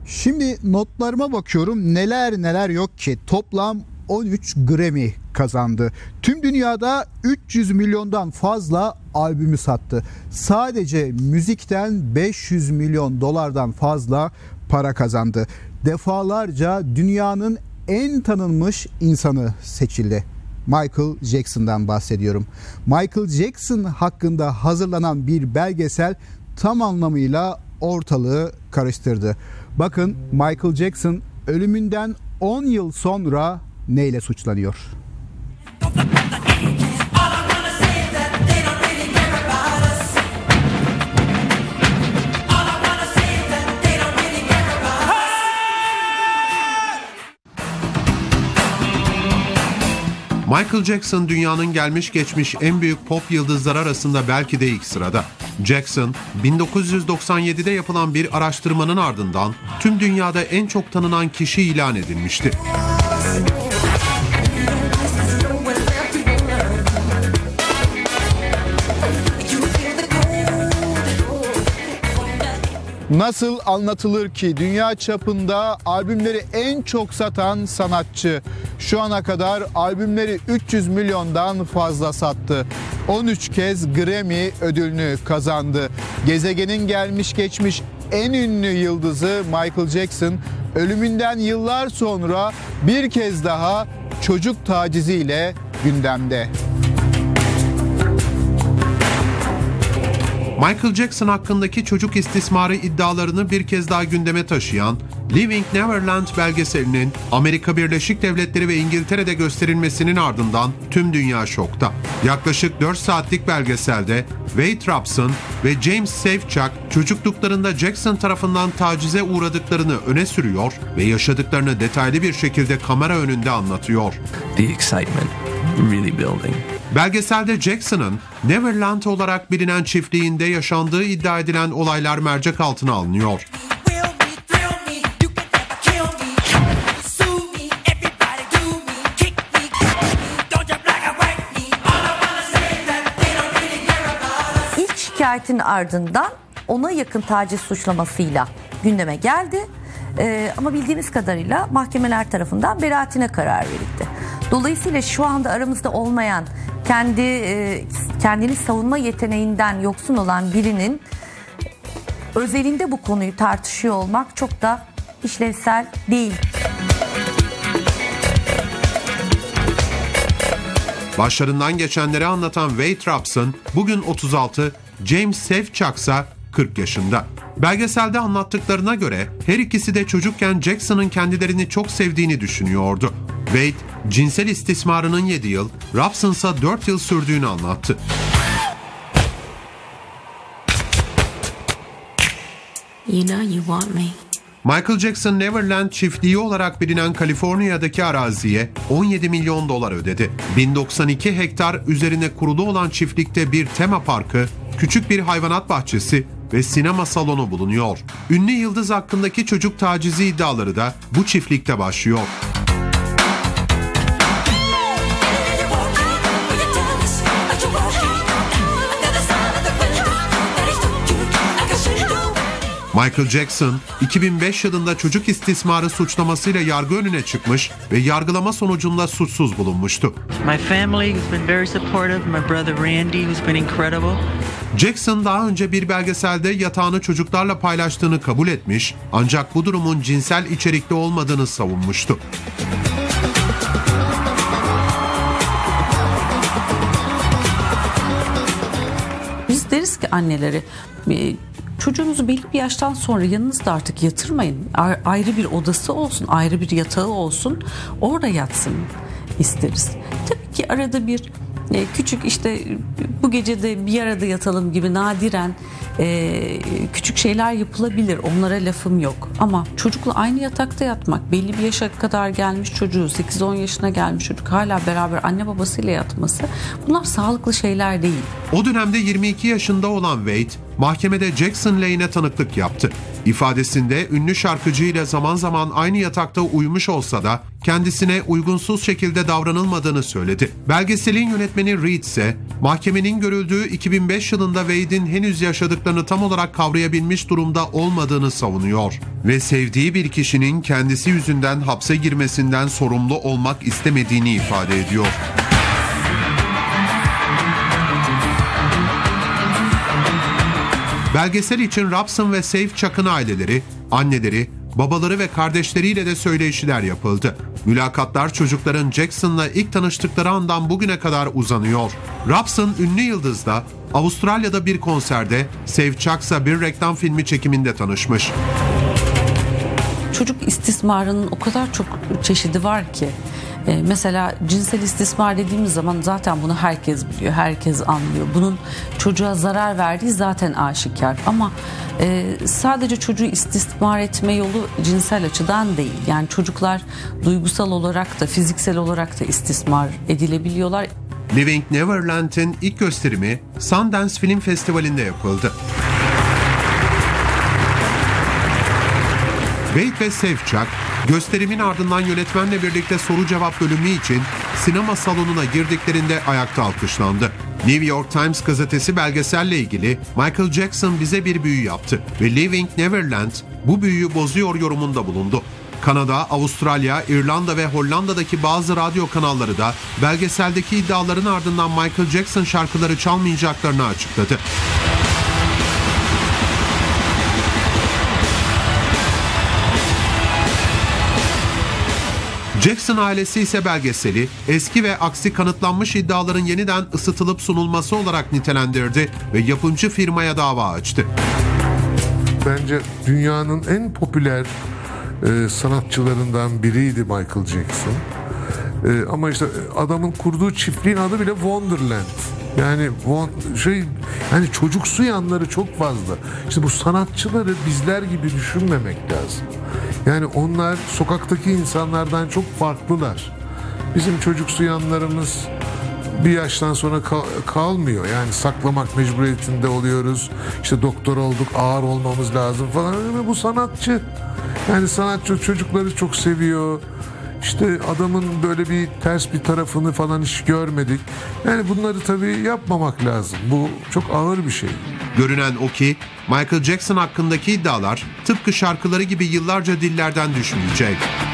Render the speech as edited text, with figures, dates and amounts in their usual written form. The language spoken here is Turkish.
Şimdi notlarıma bakıyorum, neler yok ki. Toplam 13 Grammy kazandı. Tüm dünyada 300 milyondan fazla albümü sattı. Sadece müzikten 500 milyon dolardan fazla para kazandı. Defalarca dünyanın en tanınmış insanı seçildi. Michael Jackson'dan bahsediyorum. Michael Jackson hakkında hazırlanan bir belgesel tam anlamıyla ortalığı karıştırdı. Bakın, Michael Jackson ölümünden 10 yıl sonra neyle suçlanıyor? Michael Jackson dünyanın gelmiş geçmiş en büyük pop yıldızları arasında belki de ilk sırada. Jackson, 1997'de yapılan bir araştırmanın ardından tüm dünyada en çok tanınan kişi ilan edilmişti. Nasıl anlatılır ki dünya çapında albümleri en çok satan sanatçı? Şu ana kadar albümleri 300 milyondan fazla sattı. 13 kez Grammy ödülünü kazandı. Gezegenin gelmiş geçmiş en ünlü yıldızı Michael Jackson ölümünden yıllar sonra bir kez daha çocuk taciziyle gündemde. Michael Jackson hakkındaki çocuk istismarı iddialarını bir kez daha gündeme taşıyan Living Neverland belgeselinin Amerika Birleşik Devletleri ve İngiltere'de gösterilmesinin ardından tüm dünya şokta. Yaklaşık 4 saatlik belgeselde Wade Robson ve James Safechuck çocukluklarında Jackson tarafından tacize uğradıklarını öne sürüyor ve yaşadıklarını detaylı bir şekilde kamera önünde anlatıyor. The excitement really building. Belgeselde Jackson'ın Neverland olarak bilinen çiftliğinde yaşandığı iddia edilen olaylar mercek altına alınıyor. İlk şikayetin ardından ona yakın taciz suçlamasıyla gündeme geldi. Ama bildiğimiz kadarıyla mahkemeler tarafından beraatine karar verildi. Dolayısıyla şu anda aramızda olmayan, kendini savunma yeteneğinden yoksun olan birinin özelinde bu konuyu tartışıyor olmak çok da işlevsel değil. Başlarından geçenleri anlatan Wade Robson bugün 36, James Safechuck ise 40 yaşında. Belgeselde anlattıklarına göre her ikisi de çocukken Jackson'ın kendilerini çok sevdiğini düşünüyordu. Wade, cinsel istismarının 7 yıl, Robson ise 4 yıl sürdüğünü anlattı. You know you want me. Michael Jackson Neverland çiftliği olarak bilinen Kaliforniya'daki araziye 17 milyon dolar ödedi. 1092 hektar üzerine kurulu olan çiftlikte bir tema parkı, küçük bir hayvanat bahçesi ve sinema salonu bulunuyor. Ünlü yıldız hakkındaki çocuk tacizi iddiaları da bu çiftlikte başlıyor. Michael Jackson, 2005 yılında çocuk istismarı suçlamasıyla yargı önüne çıkmış ve yargılama sonucunda suçsuz bulunmuştu. My family has been very supportive. My brother Randy has been incredible. Jackson daha önce bir belgeselde yatağını çocuklarla paylaştığını kabul etmiş, ancak bu durumun cinsel içerikli olmadığını savunmuştu. Biz deriz ki anneleri, çocuğunuzu belli bir yaştan sonra yanınızda artık yatırmayın. Ayrı bir odası olsun, ayrı bir yatağı olsun, orada yatsın isteriz. Tabii ki arada bir küçük işte bu gece de bir arada yatalım gibi nadiren küçük şeyler yapılabilir. Onlara lafım yok. Ama çocukla aynı yatakta yatmak, belli bir yaşa kadar gelmiş çocuğu, 8-10 yaşına gelmiş çocuk hala beraber anne babasıyla yatması, bunlar sağlıklı şeyler değil. O dönemde 22 yaşında olan Wade, mahkemede Jackson lehine tanıklık yaptı. İfadesinde ünlü şarkıcı ile zaman zaman aynı yatakta uyumuş olsa da kendisine uygunsuz şekilde davranılmadığını söyledi. Belgeselin yönetmeni Reed ise mahkemenin görüldüğü 2005 yılında Wade'in henüz yaşadıklarını tam olarak kavrayabilmiş durumda olmadığını savunuyor ve sevdiği bir kişinin kendisi yüzünden hapse girmesinden sorumlu olmak istemediğini ifade ediyor. Belgesel için Robson ve Safechuck'ın aileleri, anneleri, babaları ve kardeşleriyle de söyleşiler yapıldı. Mülakatlar çocukların Jackson'la ilk tanıştıkları andan bugüne kadar uzanıyor. Robson ünlü yıldızla Avustralya'da bir konserde, Safechuck'sa bir reklam filmi çekiminde tanışmış. Çocuk istismarının o kadar çok çeşidi var ki. Mesela cinsel istismar dediğimiz zaman zaten bunu herkes biliyor, herkes anlıyor. Bunun çocuğa zarar verdiği zaten aşikar. Ama sadece çocuğu istismar etme yolu cinsel açıdan değil. Yani çocuklar duygusal olarak da fiziksel olarak da istismar edilebiliyorlar. Living Neverland'in ilk gösterimi Sundance Film Festivali'nde yapıldı. Wade ve Safechuck, gösterimin ardından yönetmenle birlikte soru cevap bölümü için sinema salonuna girdiklerinde ayakta alkışlandı. New York Times gazetesi belgeselle ilgili Michael Jackson bize bir büyü yaptı ve Living Neverland bu büyüyü bozuyor yorumunda bulundu. Kanada, Avustralya, İrlanda ve Hollanda'daki bazı radyo kanalları da belgeseldeki iddiaların ardından Michael Jackson şarkıları çalmayacaklarını açıkladı. Jackson ailesi ise belgeseli eski ve aksi kanıtlanmış iddiaların yeniden ısıtılıp sunulması olarak nitelendirdi ve yapımcı firmaya dava açtı. Bence dünyanın en popüler sanatçılarından biriydi Michael Jackson. Ama işte adamın kurduğu çiftliğin adı bile Wonderland. Yani yani çocuksu yanları çok fazla. İşte bu sanatçıları bizler gibi düşünmemek lazım. Yani onlar sokaktaki insanlardan çok farklılar. Bizim çocuksu yanlarımız bir yaştan sonra kalmıyor. Yani saklamak mecburiyetinde oluyoruz. İşte doktor olduk, ağır olmamız lazım falan. Bu sanatçı. Yani sanatçı çocukları çok seviyor. İşte adamın böyle bir ters bir tarafını falan hiç görmedik. Yani bunları tabii yapmamak lazım. Bu çok ağır bir şey. Görünen o ki Michael Jackson hakkındaki iddialar tıpkı şarkıları gibi yıllarca dillerden düşmeyecek.